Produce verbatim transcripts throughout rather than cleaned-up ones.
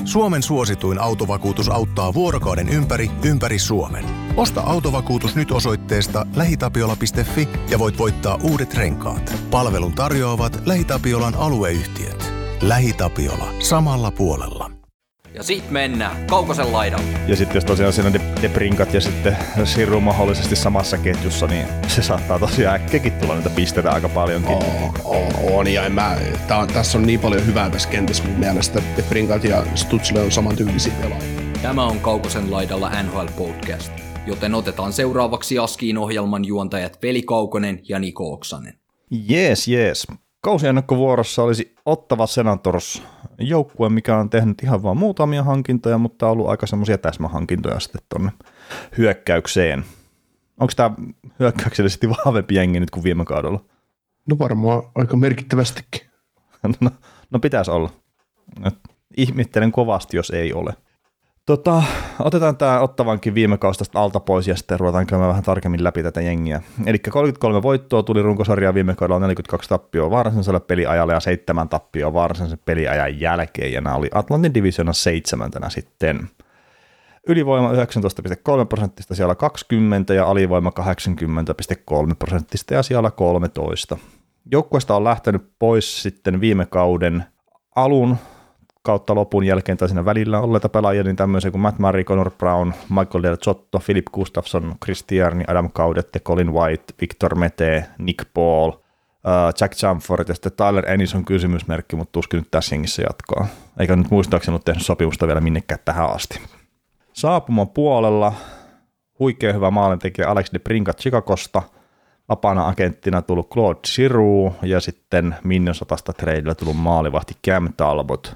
Suomen suosituin autovakuutus auttaa vuorokauden ympäri, ympäri Suomen. Osta autovakuutus nyt osoitteesta lähitapiola piste fi ja voit voittaa uudet renkaat. Palvelun tarjoavat LähiTapiolan alueyhtiöt. LähiTapiola. Samalla puolella. Ja sit mennään Kaukosen laidalle. Ja sitten jos tosiaan siinä on de, de Brinkat ja sitten Siru mahdollisesti samassa ketjussa, niin se saattaa tosiaan äkkiäkin tulla niitä pisteitä aika paljonkin. On, on, on ja en mä, tää, tässä on niin paljon hyvää tässä kentässä mun mielestä. De Brinkat ja Stutzle on samantyylisiä pelaajia. Tämä on Kaukosen laidalla N H L Podcast, joten otetaan seuraavaksi Askiin ohjelman juontajat Veli Kaukonen ja Niko Oksanen. Jees, jees. Kausiennakkovuorossa olisi Ottawa Senators, joukkue, mikä on tehnyt ihan vaan muutamia hankintoja, mutta on ollut aika semmoisia täsmähankintoja sitten tuonne hyökkäykseen. Onko tämä hyökkäyksellisesti vahvempi jengi nyt kuin viime kaudella? No varmaan aika merkittävästikin. no, no pitäisi olla. Ihmettelen kovasti, jos ei ole. Tota, otetaan tämä Ottavankin viime kausi tästä alta pois ja sitten ruvetaan käymään vähän tarkemmin läpi tätä jengiä. Eli kolmekymmentäkolme voittoa tuli runkosarjaa viime kaudella, neljäkymmentäkaksi tappioa varsinaisella peliajalla ja seitsemän tappioa varsinaisen peliajan jälkeen, ja nämä oli Atlantin divisioonan seitsemäntenä sitten. Ylivoima yhdeksäntoista pilkku kolme prosenttista siellä kaksikymmentä ja alivoima kahdeksankymmentä pilkku kolme prosenttista ja siellä kolmetoista. Joukkueesta on lähtenyt pois sitten viime kauden alun kautta lopun jälkeen tai siinä välillä olleita pelaajia, niin tämmöisiä kuin Matt Murray, Connor Brown, Michael Del Zotto, Philip Gustafsson, Chris Tierney, Adam Gaudette, Colin White, Victor Mete, Nick Paul, uh, Jack Jumford ja sitten Tyler Ennis on kysymysmerkki, mutta tuskin nyt tässä jengissä jatkaa. Eikä nyt muistaakseni ole tehnyt sopimusta vielä minnekään tähän asti. Saapuman puolella huikea hyvä maalintekijä Alex de Brincat Chicagosta, vapaana agenttina tullut Claude Giroux ja sitten Minnesotasta tradeilla tullut maalivahti Cam Talbot.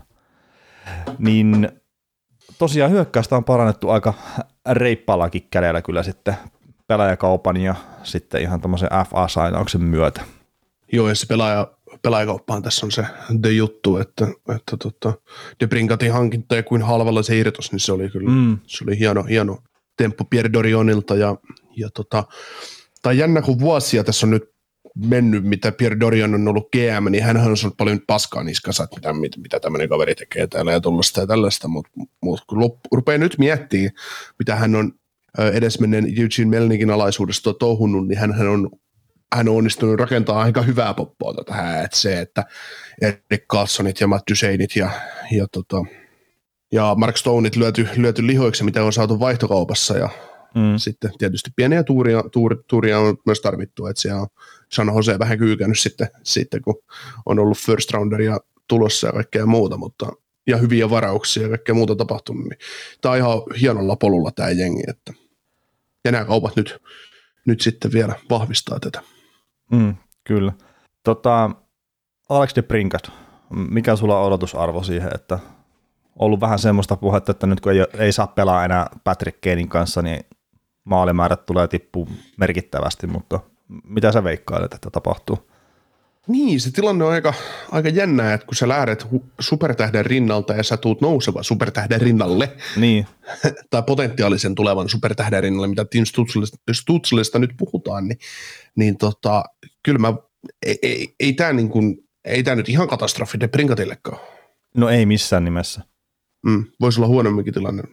Niin tosiaan hyökkäystä on parannettu aika reippaallakin kädellä kyllä sitten pelaajakaupan ja sitten ihan tämmöisen F A-sainauksen myötä. Joo, ja se pelaaja, pelaajakauppahan tässä on se the juttu, että, että tota, De Brincatin hankinta ja kuin halvalla se irtos, niin se oli kyllä mm. se oli hieno, hieno temppu Pierre Dorionilta ja, ja tota, tai jännä kun vuosia tässä on nyt mennyt, mitä Pierre Dorion on ollut G M, niin hänhän on saanut paljon paskaa niskassa, että mitä, mitä tämmöinen kaveri tekee täällä ja tuollaista ja tällaista, mutta mut, kun loppu, rupeaa nyt miettimään, mitä hän on edesmenneen Eugene Melnikin alaisuudesta touhunut, niin hän on, hän on onnistunut rakentamaan aika hyvää poppoa tähän, että se, että Erik Karlssonit ja Matt Duchesneit ja, ja, tota, ja Mark Stoneit lyöty, lyöty lihoiksi, mitä on saatu vaihtokaupassa ja Mm. sitten tietysti pieniä tuuria, tuur, tuuria on myös tarvittu, että siellä on San Jose vähän kyykännyt sitten, sitten kun on ollut first rounderia tulossa ja kaikkea muuta, mutta, ja hyviä varauksia ja kaikkea muuta tapahtunut, niin tämä on ihan hienolla polulla tämä jengi, että, ja nämä kaupat nyt, nyt sitten vielä vahvistaa tätä. Mm, kyllä. Tota, Alex de Brincat, mikä sulla on odotusarvo siihen, että ollut vähän semmoista puhetta, että nyt kun ei, ei saa pelaa enää Patrick Kanein kanssa, niin maalimäärät tulee tippua merkittävästi, mutta mitä sä veikkailet, että tapahtuu? Niin, se tilanne on aika, aika jännää, että kun sä lähdet supertähden rinnalta ja sä tuut nouseva supertähden rinnalle, niin. tai potentiaalisen tulevan supertähden rinnalle, mitä Tim Stutzlesta, Stutzlesta nyt puhutaan, niin, niin tota, kyllä mä, ei, ei, ei tämä niin kuin, ei tää nyt ihan katastrofi De Brincatillekaan. No ei missään nimessä. Mm, voisi olla huonomminkin tilanne.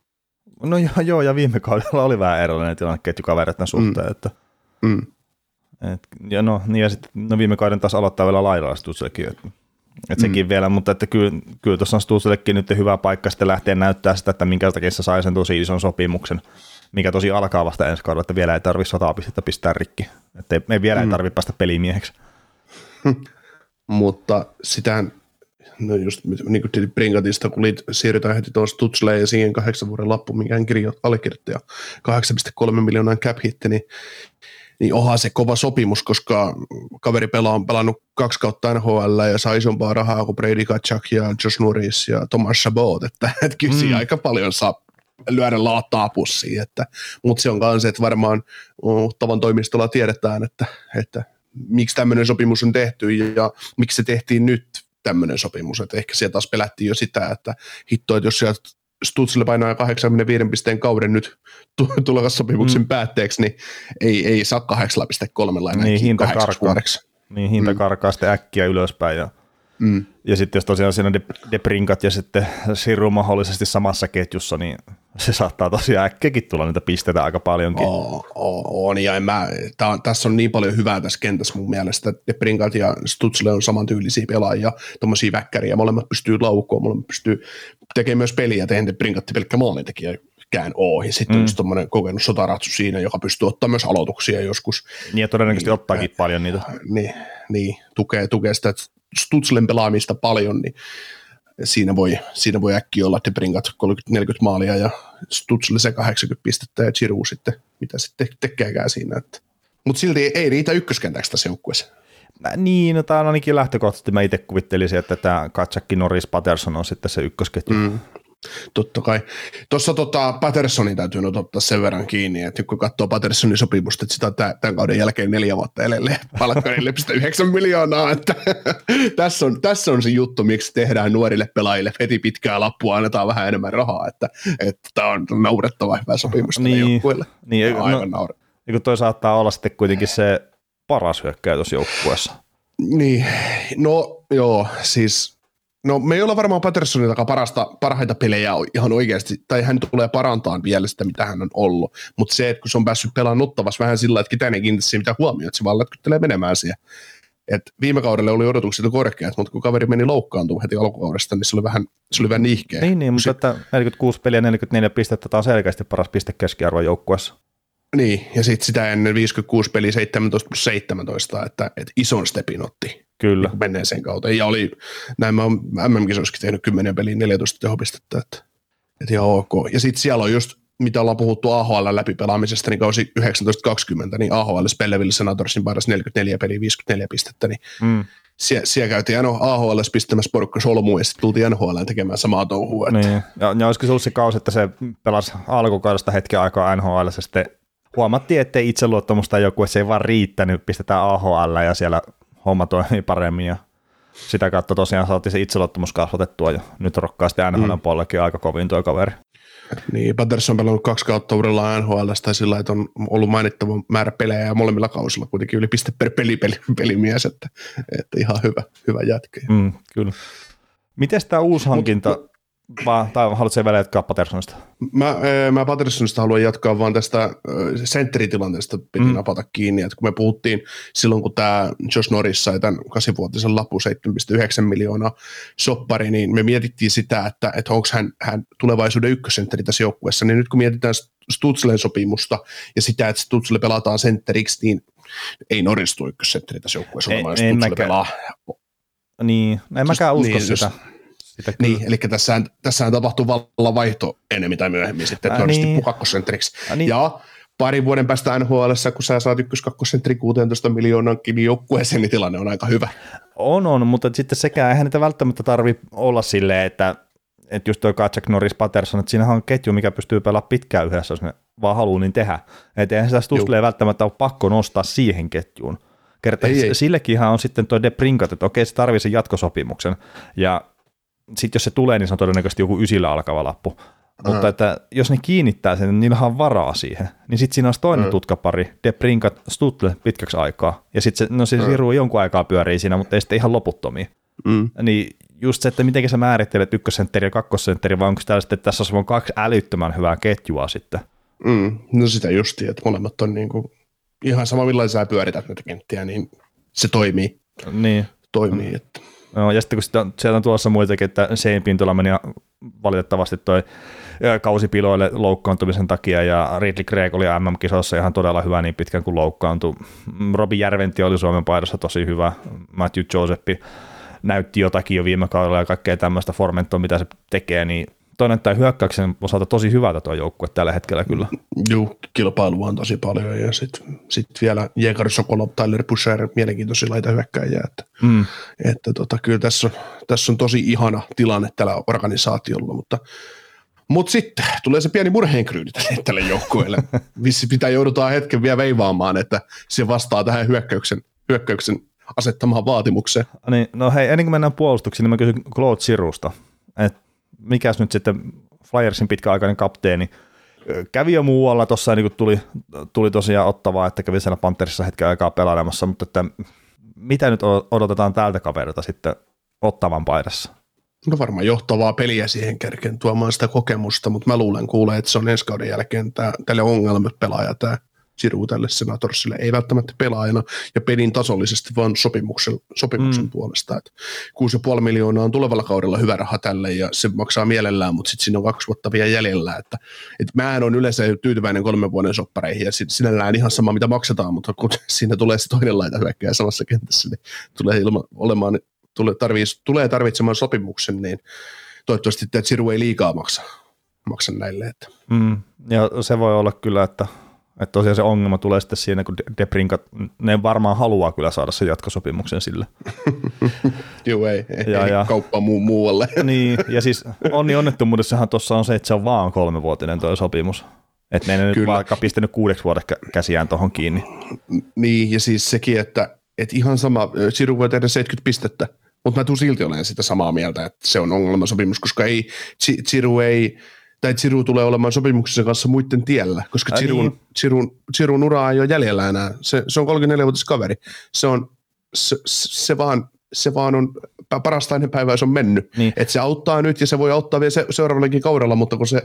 No joo, joo, ja viime kaudella oli vähän erilainen tilanne ketjukavereiden suhteen, mm. että mm. et, ja no, niin ja sitten no viime kauden taas aloittaa vielä laidalla Stutzellekin, että et sekin mm. vielä, mutta että kyllä, kyllä tuossa on Stutzellekin nyt hyvä paikka sitten lähteä näyttää sitä, että minkä takia se sai sen tosi ison sopimuksen, mikä tosi alkaa vasta ensi kaudella, että vielä ei tarvitse sata pistettä pistää rikki, että ei, ei vielä mm. ei tarvitse päästä pelimieheksi. Mutta sitähän no just niin kuin Brincatista, kun siirrytään heti tuossa Stutzleen ja siihen kahdeksan vuoden lappu, minkä hän kirjo, allekirjoitti ja kahdeksan pilkku kolme miljoonaa cap hitti, niin, niin onhan se kova sopimus, koska kaveri pelaa on pelannut kaksi kautta N H L ja saa isompaa rahaa kuin Brady Tkachuk ja Josh Norris ja Thomas Chabot, että, että kyllä mm. aika paljon saa lyödä laattaa pussiin, että, mutta se on myös se, että varmaan tavan toimistolla tiedetään, että, että miksi tämmöinen sopimus on tehty ja miksi se tehtiin nyt tämmöinen sopimus, että ehkä siellä taas pelättiin jo sitä, että hitto, että jos sieltä Stutzle painaa kahdeksankymmentäviisi pisteen kauden nyt tulevan sopimuksen mm. päätteeksi, niin ei, ei saa kahdeksan pilkku kolme lainaa niin, hinta kahdeksaksi vuodeksi. Niin, hinta mm. karkaa sitten äkkiä ylöspäin ja Mm. Ja sitten jos tosiaan siinä on DeBrincat ja sitten Giroud mahdollisesti samassa ketjussa, niin se saattaa tosiaan äkkiäkin tulla niitä pisteitä aika paljonkin. Oo, oo, on, ja en mä, tää, tässä on niin paljon hyvää tässä kentässä mun mielestä, että DeBrincat ja Stutzle on samantyylisiä pelaajia, tommosia väkkäriä, molemmat pystyy laukkoon, molemmat pystyy tekemään myös peliä, tehdään DeBrincat pelkkä maalintekijäkään ole, ja sitten mm. on just tommoinen kokenut sotaratsu siinä, joka pystyy ottaa myös aloituksia joskus. Niin, ja todennäköisesti niin, ottaakin äh, paljon niitä. Niin, niin tukee, tukee sitä Stutzlen pelaamista paljon, niin siinä voi, siinä voi äkkiä olla DeBrincat kolmekymmentä neljäkymmentä maalia ja Stutzle se kahdeksankymmentä pistettä ja Giroud sitten, mitä sitten tekeekään siinä. Mutta silti ei, ei riitä ykköskentäksi tässä joukkueessa. Niin, no tämä on ainakin lähtökohtaisesti. Mä itse kuvittelisin, että tämä Katsakki, Norris, Patterson on sitten se ykkösketju. Mm. Totta kai. Tuossa tota, Pattersonin täytyy nyt ottaa sen verran kiinni, että kun katsoo Pattersonin sopimusta, että sitä on tämän kauden jälkeen neljä vuotta edelleen palkka neljä pilkku yhdeksän miljoonaa, että tässä, on, tässä on se juttu, miksi tehdään nuorille pelaajille heti pitkää lappua, annetaan vähän enemmän rahaa, että tämä on naurettava hyvä sopimus tälle niin, joukkueelle. Niin, aivan no, ja kun toi saattaa olla sitten kuitenkin se paras hyökkäjä tuossa joukkueessa. Niin, no joo, siis no me ei olla varmaan Pattersonin takaa parasta, parhaita pelejä ihan oikeasti, tai hän tulee parantamaan vielä sitä, mitä hän on ollut, mutta se, että kun se on päässyt pelaamaan Ottavassa vähän sillä, että ketään ei kiinnitä siihen mitään huomioon, että se vaan lätkyttelee menemään siihen. Et viime kaudelle oli odotukset korkeat, mutta kun kaveri meni loukkaantumaan heti alkukaudesta, niin se oli vähän, se oli vähän nihkeä. Niin, niin mutta se, että neljäkymmentäkuusi peliä, neljäkymmentäneljä pistettä, tämä on selkeästi paras pistekeskiarvo joukkueessa. Niin, ja sitten sitä ennen viisikymmentäkuusi peliä seitsemäntoista plus seitsemäntoista, että, että ison stepin otti. Kyllä. Niin menneeseen kautta. Ja oli, näin mä oon M M-kisoissakin tehnyt kymmenen peliä, neljätoista tehopistettä, että, että ihan ok. Ja sitten siellä on just, mitä ollaan puhuttu A H L läpipelaamisesta, niin kausi yhdeksäntoista kaksikymmentä, niin A H L Belleville Senatorsin paras neljäkymmentäneljä peliä, viisikymmentäneljä pistettä, niin mm. siellä, siellä käytiin no, A H L pistämässä porukka solmuun, ja sitten tultiin N H L tekemään samaa touhua. Että. Niin, ja, ja olisiko se ollut se kausi, että se pelasi alkukaudesta hetken aikaa N H L, sitten huomattiin, ettei itseluottamusta joku, että se ei vaan riittänyt, pistetään A H L ja siellä homma toimii paremmin ja sitä kautta tosiaan saatiin se itseluottamus kasvatettua ja nyt rokkaa sitten N H L:n mm. puolellakin aika kovin tuo kaveri. Niin, Patterson on pelannut kaksi kautta urallaan N H L:stä sillä, että on ollut mainittava määrä pelejä ja molemmilla kausilla kuitenkin yli piste per peli, peli, pelimies, että, että ihan hyvä, hyvä jätkä. Mm, kyllä. Miten tämä uusi hankinta, Mut, vai, tai haluatko vielä jatkaa Pattersonista? Mä, mä Pattersonista haluan jatkaa vaan tästä sentteritilanteesta piti mm. napata kiinni, että kun me puhuttiin silloin, kun tämä Josh Norris sai tämän kahdeksanvuotisen lapun seitsemän pilkku yhdeksän miljoonaa soppari, niin me mietittiin sitä, että, että onko hän, hän tulevaisuuden ykkösentteri tässä joukkueessa, niin nyt kun mietitään Stutzlen sopimusta ja sitä, että Stutzle pelataan sentteriksi, niin ei Norris tule ykkösentteri tässä joukkueessa, vaan Stutzle pelaa. Niin, en mäkään usko niin, sitä. Sitä niin, eli tässähän, tässähän tapahtuu vallan vaihto enemmän tai myöhemmin sitten, että Norris tippuu kakkosentteriksi. Niin. Ja parin vuoden päästä N H L:ssä, kun sä saat ykkös-kakkosentteri kuusitoista miljoonankin joukkueeseen, niin tilanne on aika hyvä. On, on, mutta sitten sekään, eihän niitä välttämättä tarvitse olla silleen, että, että just toi Katsek, Norris, Patterson, että siinähän on ketju, mikä pystyy pelaamaan pitkään yhdessä, jos ne vaan haluaa niin tehdä. Että eihän sitä Stutzlea välttämättä ole pakko nostaa siihen ketjuun. Kertaa sillekinhän on sitten toi DeBrincat, että okei, se tarvitsee sen jatkosopimuksen, ja sitten jos se tulee, niin se on todennäköisesti joku ysillä alkava lappu. Aha. Mutta että jos ne kiinnittää sen, niin niillä on varaa siihen. Niin sitten siinä olisi toinen Aha. tutkapari, DeBrincat, Stutzle pitkäksi aikaa. Ja sitten se, no se Giroud jonkun aikaa pyörii siinä, mutta ei sitten ihan loputtomia. Mm. Niin just se, että miten sä määrittelet ykkössentteri ja kakkosentteri, vai onko täällä sitten, että tässä on kaksi älyttömän hyvää ketjua sitten? Mm. No sitä justiin, että molemmat on niinku ihan sama millainen sä pyörität näitä kenttiä, niin se toimii. Niin. Toimii, mm. että. No, ja sitten kun sitä, sieltä on tuossa muitakin, että Shane Pintola meni valitettavasti toi kausipiloille loukkaantumisen takia, ja Ridley Gregg oli M M-kisossa ihan todella hyvä niin pitkään kuin loukkaantui. Robin Järventi oli Suomen paidassa tosi hyvä, Matthew Josephi näytti jotakin jo viime kaudella ja kaikkea tämmöistä formentoa, mitä se tekee, niin toi näyttää hyökkäyksen osalta tosi hyvältä tuo joukkue tällä hetkellä kyllä. Joo, kilpailua on tosi paljon ja sitten sit vielä Jäger, Sokolov, Tyler Pusher, mielenkiintoisia laita hyökkäjiä. Että, mm. että tota, kyllä tässä on, tässä on tosi ihana tilanne tällä organisaatiolla, mutta, mutta sitten tulee se pieni murheenkryyni tälle joukkueelle. Vissi pitää joudutaan hetken vielä veivaamaan, että se vastaa tähän hyökkäyksen, hyökkäyksen asettamaan vaatimukseen. Niin, no hei, ennen kuin mennään puolustuksiin, niin mä kysyn Claude Girouxsta, että mikäs nyt sitten Flyersin pitkäaikainen kapteeni kävi jo muualla, tuossa niin tuli, tuli tosiaan Ottavaa, että kävi siellä Panthersissa hetken aikaa pelailemassa, mutta että mitä nyt odotetaan tältä kaverilta sitten? Ottavan paidassa? No varmaan johtavaa peliä siihen kärkeen tuomaan sitä kokemusta, mutta mä luulen kuulee, että se on ensi kauden jälkeen tää, tälle ongelmapelaaja tämä Giroud tälle Senatorsille, ei välttämättä pelaajana ja pelin tasollisesti, vaan sopimuksen, sopimuksen mm. puolesta. Et kuusi pilkku viisi miljoonaa on tulevalla kaudella hyvä raha tälle ja se maksaa mielellään, mutta sitten siinä on kaksi vuotta vielä jäljellä. Että, et mä en ole yleensä tyytyväinen kolmen vuoden soppareihin ja sinällään ihan sama mitä maksetaan, mutta kun siinä tulee se toinen laita hyökkääjä samassa kentässä, niin tulee, ilma, olemaan, tulee, tarvii, tulee tarvitsemaan sopimuksen, niin toivottavasti tämä Giroud ei liikaa maksa, maksa näille. Että. Mm. Ja se voi olla kyllä, että Että tosiaan se ongelma tulee sitten siinä, kun Debrinkat, ne varmaan haluaa kyllä saada sen jatkosopimuksen sille. Joo, ei, ei, ja, ei ja, kauppaa muu, muualle. Niin, ja siis onni onnettomuudessahan tuossa on se, että se on vaan kolmevuotinen tuo sopimus. Että ne ei nyt vaikka pistänyt kuudeksi vuodeksi käsiään tuohon kiinni. Niin, ja siis sekin, että, että ihan sama, Giroud voi tehdä seitsemänkymmentä pistettä, mutta mä tuun silti olen sitä samaa mieltä, että se on ongelmasopimus, koska ei, Giroud ei, tai Giroud tulee olemaan sopimuksessa kanssa muiden tiellä, koska Giroudin niin. Giroud ura ei ole jäljellä enää. Se, se on kolmekymmentäneljävuotias kaveri. Se, on, se, se, vaan, se vaan on parasta ennen päivää, se on mennyt. Niin. Että se auttaa nyt ja se voi auttaa vielä se, seuraavallakin kaudella, mutta kun se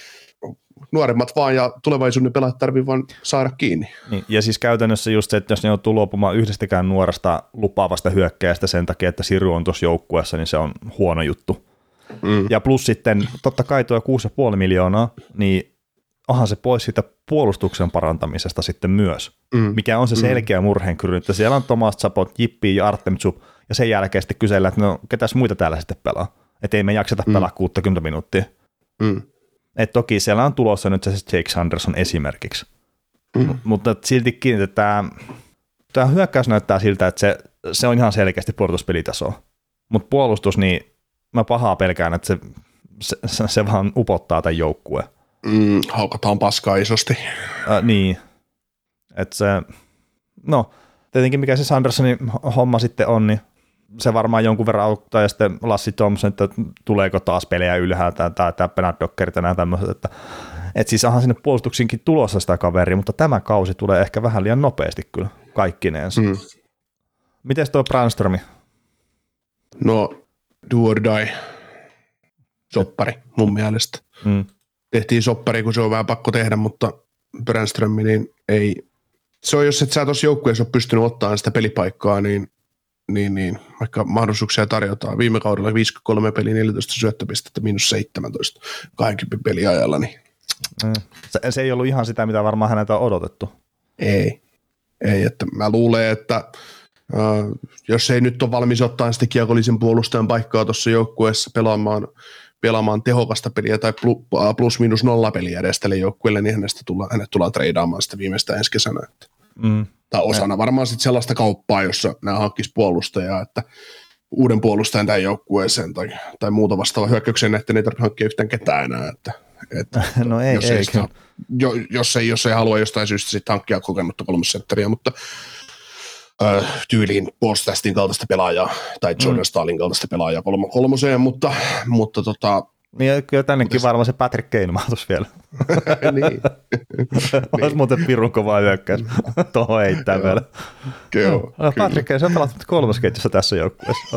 nuoremmat vaan ja tulevaisuuden pelaajat tarvii vaan saada kiinni. Niin. Ja siis käytännössä just se, että jos ne joutuu luopumaan yhdestäkään nuoresta lupaavasta hyökkääjästä sen takia, että Giroud on tuossa joukkueessa, niin se on huono juttu. Mm. Ja plus sitten totta kai tuo kuusi pilkku viisi miljoonaa, niin onhan se pois siitä puolustuksen parantamisesta sitten myös, mm. mikä on se selkeä mm. murheenkryyni, että siellä on Tomas Chabot, Jippi ja Artemchuk, ja sen jälkeen sitten kysellään, että no ketäs muita täällä sitten pelaa, että ei me jakseta mm. pelaa kuusikymmentä minuuttia. Mm. Et toki siellä on tulossa nyt se Jake Sanderson esimerkiksi, mm. mutta siltikin tämä, tämä hyökkäys näyttää siltä, että se, se on ihan selkeästi puolustuspelitasoa, mutta puolustus, niin mä pahaa pelkään, että se, se, se vaan upottaa tämän joukkueen. Mm, haukataan paskaa isosti. Äh, niin. Että se, no, tietenkin mikä se Sandersonin homma sitten on, niin se varmaan jonkun verran auttaa, ja sitten Lassi Thompson, että tuleeko taas pelejä ylhäältä, tai tämä Penat Dockerit ja nämä tämmöiset, että et siis onhan sinne puolustuksinkin tulossa sitä kaveria, mutta tämä kausi tulee ehkä vähän liian nopeasti kyllä, kaikkineensa. Mm. Mites tuo Brandströmi? No, do or die. Soppari mun mielestä. Mm. Tehtiin soppari, kun se on vähän pakko tehdä, mutta Brandström, niin ei. Se on, jos et sä tuossa joukkueessa ole pystynyt ottamaan sitä pelipaikkaa, niin, niin, niin vaikka mahdollisuuksia tarjotaan. Viime kaudella viisikymmentäkolme peliä, neljätoista syöttöpistettä, miinus seitsemäntoista kaksikymmentä peliajalla. Niin. Mm. Se, se ei ollut ihan sitä, mitä varmaan häneltä on odotettu. Ei. Ei, että mä luulen, että Uh, jos ei nyt ole valmis ottaa sitä kiekollisen puolustajan paikkaa tuossa joukkueessa pelaamaan, pelaamaan tehokasta peliä tai plus minus nolla peliä edes tälle joukkueelle, niin hänestä tullaan, hänet tullaan treidaamaan sitä viimeistään ensi kesänä. Että. Mm. Tai osana varmaan sitten sellaista kauppaa, jossa nämä hankkisi puolustajaa, että uuden puolustajan tähän joukkueeseen tai, tai muuta vastaavaa hyökkäykseen, että ei tarvitse hankkia yhtään ketään enää. Että, että, no ei, jos, ei, ei sitä, jo, jos, ei, jos ei halua jostain syystä sitten hankkia kokenutta kolmosentteriä, mutta Öö, tyyliin Paul kaltaista pelaajaa tai Jordan mm. Stahlin kaltaista pelaajaa kolmo, kolmoseen, mutta, mutta tota... Niin, kyllä tännekin mutta... varmaan se Patrick Kane mahtuisi vielä. niin. Olisi niin. Muuten pirun kovaa hyökkäys tuohon heittää vielä. Joo, no, Patrick Kane, se on pelattu kolmosketjussa tässä joukkueessa.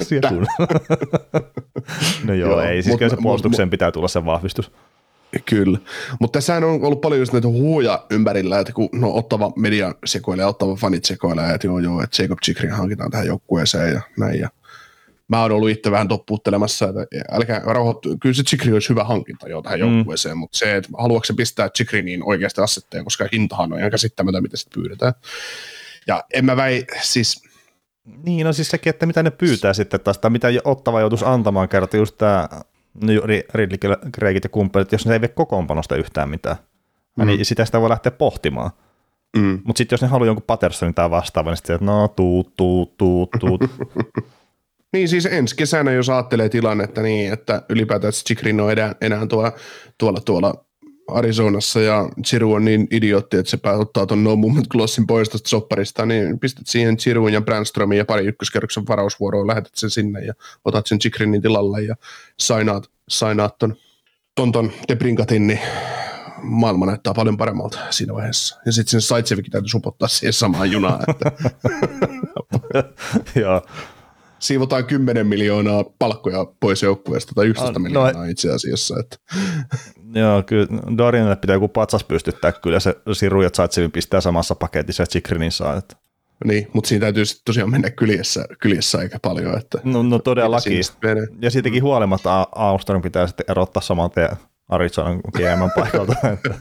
no joo, joo ei, siis kyllä se puolustukseen mut, pitää tulla sen vahvistus. Kyllä, mutta tässähän on ollut paljon just näitä huuja ympärillä, että kun no, Ottava media sekoilee, Ottava fanit sekoilee, että joo joo, että Jacob Chikrin hankitaan tähän joukkueeseen ja näin. Ja mä oon ollut itse vähän toppuuttelemassa, että älkää rauhoittua, kyllä se Chikri olisi hyvä hankinta jo tähän mm. joukkueeseen, mutta se, että haluatko se pistää Chikriniin oikeasti assetteja, koska hintahan on ihan käsittämätön, mitä sitten pyydetään. Ja en mä väi, siis... Niin, no siis sekin, että mitä ne pyytää sitten taas, tai mitä Ottava joutuisi antamaan kerta just tämä... No Ridley, Greigit ja kumppanit, jos ne ei vie kokoonpanosta yhtään mitään, mm. niin sitä sitä voi lähteä pohtimaan. Mm. Mutta sitten jos ne haluaa jonkun Pattersonin tai vastaavan, niin sitten että no tuut, tuut, tuut, tuut. Niin siis ensi kesänä, jos ajattelee tilannetta niin, että ylipäätään Chikrin on enää, enää tuolla, tuolla, tuolla Arizonassa ja Giroud on niin idiootti, että se ottaa tuon no movement glossin pois tuosta sopparista, niin pistät siihen Giroudin ja Brandströmin ja pari ykköskerroksen varausvuoroa, lähetät sen sinne ja otat sen Chikrinin tilalle ja sainaat, sainaat ton, ton, ton Debrinkatin, niin maailma näyttää paljon paremmalta siinä vaiheessa. Ja sitten sen Saitsevikin täytyy supottaa siihen samaan junaan. Että. Joo. siivotaan kymmenen miljoonaa palkkoja pois joukkueesta, tai yksitoista no, miljoonaa itse asiassa. Että. Joo, kyllä Dorianille pitää joku patsas pystyttää, kyllä se Siru ja Zaitsevin pistää samassa paketissa, että Chikrinin saa. Että. Niin, mutta siinä täytyy sitten tosiaan mennä kyljessä, kyljessä aika paljon. Että no, no todellakin. Ja siitäkin huolimatta Armstrong pitää sitten erottaa saman tien Arizonan G M:n paikalta.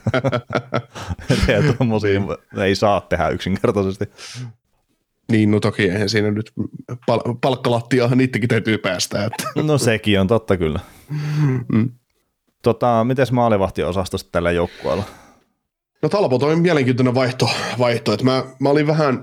Että tuommoisia ei saa tehdä yksinkertaisesti. Niin, no toki eihän siinä nyt pal- palkkalattiaahan niitäkin täytyy päästä. Että. No sekin on totta kyllä. Mm. Tota, mites maalivahtiosasto tällä joukkueella? No Talbot on mielenkiintoinen vaihto, vaihto. Että mä, mä olin vähän,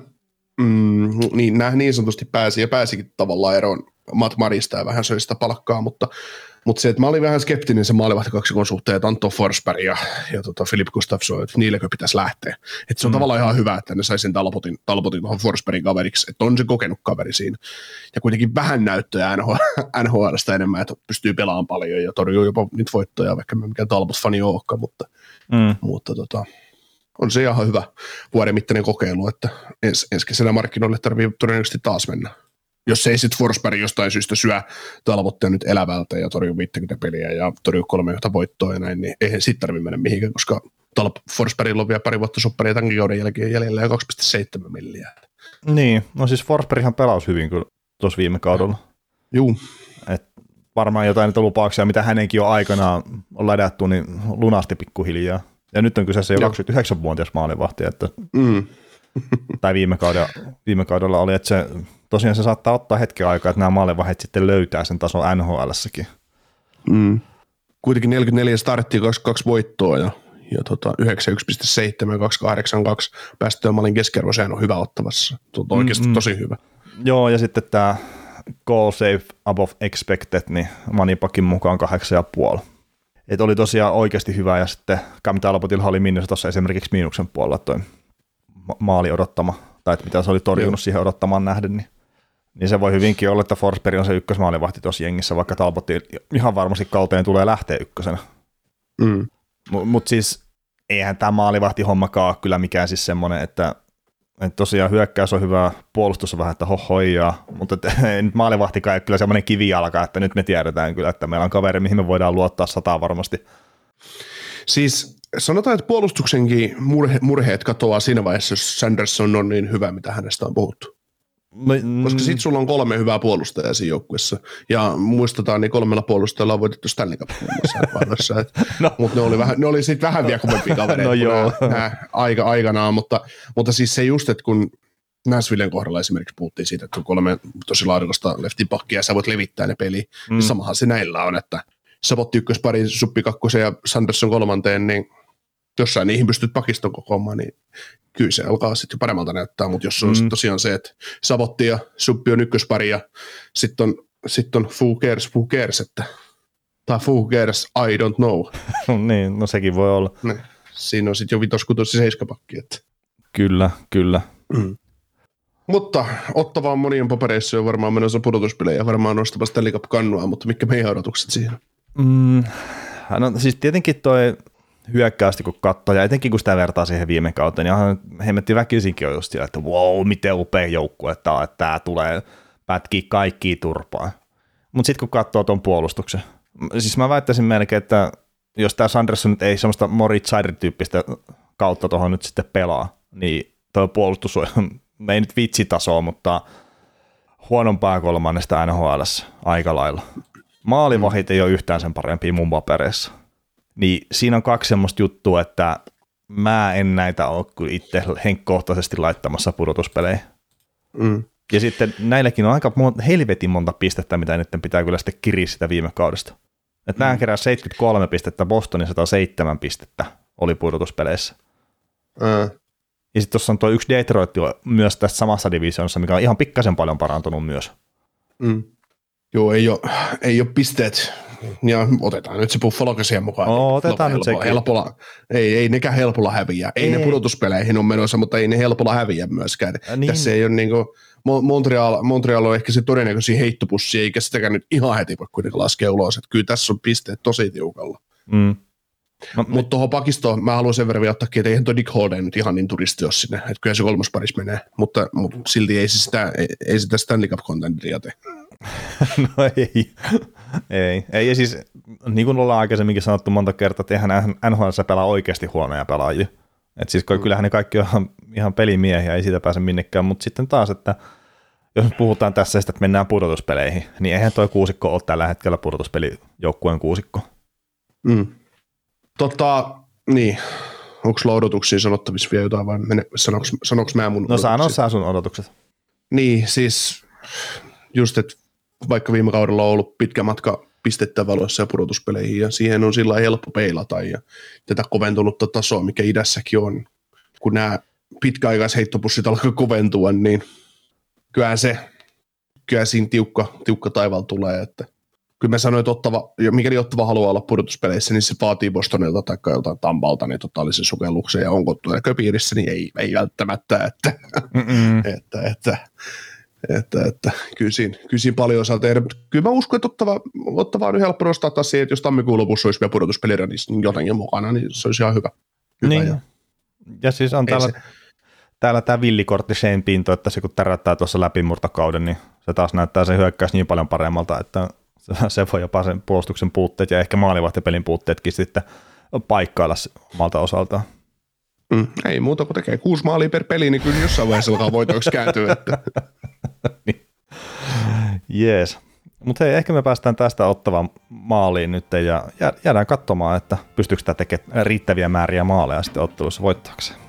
mm, niin, niin sanotusti pääsi ja pääsikin tavallaan eroon Matt Marista ja vähän söi sitä palkkaa, mutta, mutta se, että mä olin vähän skeptinen se maalivahtikaksi suhteen, että Anton Forsberg ja, ja tota Filip Gustafsson, että niillekö pitäisi lähteä. Että se on mm. tavallaan ihan hyvä, että ne sai sen Talbotin, Talbotin tuohon Forsbergin kaveriksi, että on se kokenut kaveri siinä. Ja kuitenkin vähän näyttöä N H L:stä enemmän, että pystyy pelaamaan paljon ja torjuu jopa niitä voittoja, vaikka mä mikään Talbot-fani olekaan, mutta, mm. mutta tota, on se ihan hyvä vuoden mittainen kokeilu, että ens, ensi kesänä markkinoille tarvii todennäköisesti taas mennä. Jos ei sitten Forsberg jostain syystä syö Talbottia nyt elävältä ja torjuu viisikymmentä peliä ja torjuu kolmekymmentä voittoa ja näin, niin eihän siitä tarvitse mennä mihinkään, koska Talb- Forsbergilla on vielä pari vuotta sopparia tämänkin kauden jälkeen jäljellä ja kaksi pilkku seitsemän milliä. Niin, no siis Forsberghan pelasi hyvin kyllä tuossa viime kaudella. Juu. Et varmaan jotain niitä lupauksia, mitä hänenkin on aikanaan on ladattu, niin lunasti pikkuhiljaa. Ja nyt on kyseessä jo kaksikymmentäyhdeksänvuotias maalivahti, että mm. tai viime kaudella, viime kaudella oli, että se tosiaan se saattaa ottaa hetken aikaa, että nämä maalivahdit sitten löytää sen tason N H L:ssäkin. Mm. Kuitenkin neljäkymmentäneljä starttia, kaksikymmentäkaksi voittoa ja, ja tota, yhdeksänkymmentäyksi pilkku seitsemän, kaksisataakahdeksankymmentäkaksi päästöä maalin keskiarvo, sehän on hyvä ottavassa. Tuo on oikeasti mm-hmm. tosi hyvä. Joo, ja sitten tämä goal save above expected, niin Manipakin mukaan kahdeksan ja puoli. Että oli tosiaan oikeasti hyvä, ja sitten Cam Talbotilla oli miinus tuossa esimerkiksi miinuksen puolella toi maali odottama, tai että mitä se oli torjunut Joo. siihen odottamaan nähden, niin, niin se voi hyvinkin olla, että Forsberg on se ykkösmaalivahti tuossa jengissä, vaikka Talbotti ihan varmasti kauteen tulee lähteä ykkösenä. Mm. Mutta mut siis eihän tämä maalivahtihommakaan ole kyllä mikään siis semmoinen, että, että tosiaan hyökkäys on hyvä, puolustus on vähän, että hohoijaa, mutta et, nyt maalivahtikaan ei ole kyllä semmoinen kivijalka, että nyt me tiedetään kyllä, että meillä on kaveri, mihin me voidaan luottaa sataa varmasti. Siis sanotaan, että puolustuksenkin murhe, murheet katoaa siinä vaiheessa, jos Sanderson on niin hyvä, mitä hänestä on puhuttu. No, mm. Koska sit sulla on kolme hyvää puolustajaa siinä joukkueessa. Ja muistetaan, niin kolmella puolustajalla on voitettu Stanley Cup muassa. no. Mutta ne oli, vähän, ne oli sit vähän vielä kovempia kavereita no joo. Nää, aika, aikanaan. Mutta, mutta siis se just, että kun Nashvillen kohdalla esimerkiksi puhuttiin siitä, että on kolme tosi laadukasta leftipakkia ja sä voit levittää ne peliä, mm. niin samahan se näillä on, että sä voitti ykköspari, Suppi kakkosen ja Sanderson kolmanteen, niin jos sä niihin pystyt pakiston kokoamaan, niin kyllä se alkaa sitten jo paremmalta näyttää, mutta jos on mm. tosiaan se, että Savotti ja Suppi on ykköspari ja sitten on, sit on who cares, who cares, että, tai who cares, I don't know. niin, no sekin voi olla. Ne. Siinä on sitten jo vitoskutosi seiskapakki. Että. Kyllä, kyllä. Mm. Mutta Ottava on monien papereissa jo varmaan menossa pudotuspelejä ja varmaan nostamassa Stanley Cup-kannua, mutta mitkä meidän odotukset siihen? Mm, no siis tietenkin toi hyökkäysti kun katsoo, ja etenkin kun sitä vertaa siihen viime kauteen, niin ihan hemmetti väkisinkin on just siellä, että wow, miten upea joukkue tämä on, että tämä tulee pätkiä kaikkia turpaa. Mutta sitten kun katsoo tuon puolustuksen, siis mä väittäisin melkein, että jos tämä Sanderson nyt ei semmoista Moritz Seider-tyyppistä kautta tuohon nyt sitten pelaa, niin tuo puolustus on, me ei nyt vitsitasoa, mutta huonompaa kolmannesta N H L:ssä aika lailla. Maalivahit ei ole yhtään sen parempia mun papereissa. Niin siinä on kaksi semmoista juttua, että mä en näitä ole kyllä itse henkkohtaisesti laittamassa pudotuspeleihin. Mm. Ja sitten näilläkin on aika monta, helvetin monta pistettä, mitä nyt pitää kyllä sitten kiriä sitä viime kaudesta. Että mm. nämä kerää seitsemänkymmentäkolme pistettä, Bostonin sata seitsemän pistettä oli pudotuspeleissä. Mm. Ja sitten tuossa on tuo yksi Detroit myös tässä samassa divisioonassa, mikä on ihan pikkasen paljon parantunut myös. Mm. Joo, ei ole, ei ole pisteet. Ja otetaan nyt se Buffalo-käsien mukaan. Oo, otetaan nyt sekin. Helpolla, ei, ei nekään helpolla häviä. Ei, ei ne pudotuspeleihin ole menossa, mutta ei ne helpolla häviä myöskään. Niin. Tässä ei ole niin kuin, Montreal, Montreal on ehkä se todennäköisin heittopussi, eikä sitäkään nyt ihan heti voi kuitenkin laskea ulos. Että kyllä tässä on pisteet tosi tiukalla. Mm. No, mutta tuohon pakistoon mä haluan sen verran vielä ottaa, että eihän tuo Dick Holden nyt ihan niin turisti ole sinne, että kyllä se kolmas paris menee, mutta, mutta silti ei, se sitä, ei, ei sitä Stanley Cup-contenderia tee. No ei. ei. Ei, ja siis niin kuin ollaan aikaisemminkin sanottu monta kertaa, että eihän N H L:ssä pelaa oikeasti huonoja pelaajia. Et siis mm. kyllähän ne kaikki on ihan pelimiehiä, ei siitä pääse minnekään, mutta sitten taas, että jos nyt puhutaan tässä, että mennään pudotuspeleihin, niin eihän toi kuusikko ole tällä hetkellä pudotuspelijoukkueen kuusikko. Mm. Tota, niin. Onko sulla odotuksiin sanottavissa vielä jotain vai sanoks, sanoks mä mun odotuksia? No sano sä sun odotukset. Niin, siis just, että vaikka viime kaudella on ollut pitkä matka pistettä valoissa ja pudotuspeleihin, ja siihen on sillä helppo peilata, ja tätä koventunutta tasoa, mikä idässäkin on, kun nämä pitkäaikaisheittopussit alkaa koventua, niin kyllähän se, kyllähän siinä tiukka, tiukka taival tulee, että kyllä mä sanoin, että Ottava, mikäli Ottava haluaa olla pudotuspeleissä, niin se vaatii Bostonilta tai joltain Tampalta niin totaalisen sukelluksen, ja onko näköpiirissä, niin ei, ei välttämättä, että, että, että, että, että kyllä, siinä, kyllä siinä paljon osalta. Kyllä mä uskon, että Ottava, Ottava on helppo nostaa taas siihen, että jos tammikuun lopussa olisi vielä pudotuspelirä, niin jotenkin mukana, niin se olisi ihan hyvä. hyvä niin. ja, ja siis on täällä, täällä tämä villikortti Shane Pinto, että se kun tärättää tuossa läpimurtokauden, niin se taas näyttää se hyökkäys niin paljon paremmalta, että se voi jopa sen puolustuksen puutteet ja ehkä maalivahtipelin puutteetkin sitten paikkailla omalta osaltaan. Mm, ei muuta kuin tekee kuusi maalia per peli, niin kyllä jossain vaiheessa alkaa voitoksi kääntyä. Että. niin. Jees. Mutta hei, ehkä me päästään tästä Ottavan maaliin nyt ja jäädään katsomaan, että pystyykö tämä tekemään riittäviä määriä maaleja sitten ottelussa voittaakseen.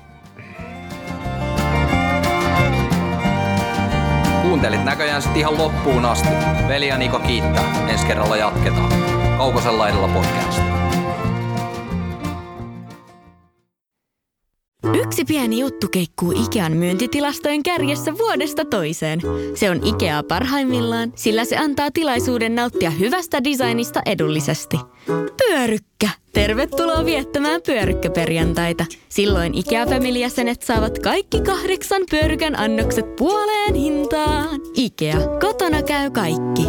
Kuuntelit näköjään sitten ihan loppuun asti. Veli ja Niko kiittää. Ensi kerralla jatketaan. Kaukosen laidalla podcast. Yksi pieni juttu keikkuu Ikean myyntitilastojen kärjessä vuodesta toiseen. Se on Ikea parhaimmillaan, sillä se antaa tilaisuuden nauttia hyvästä designista edullisesti. Pyörykkä! Tervetuloa viettämään pyörykkäperjantaita. Silloin Ikea-familijäsenet saavat kaikki kahdeksan pyörykän annokset puoleen hintaan. Ikea, kotona käy kaikki.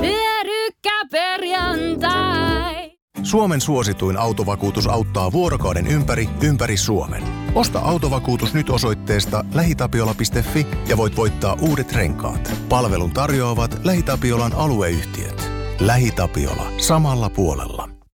Pyörykkäperjantai! Suomen suosituin autovakuutus auttaa vuorokauden ympäri, ympäri Suomen. Osta autovakuutus nyt osoitteesta lähitapiola piste fi ja voit voittaa uudet renkaat. Palvelun tarjoavat LähiTapiolan alueyhtiöt. LähiTapiola. Samalla puolella.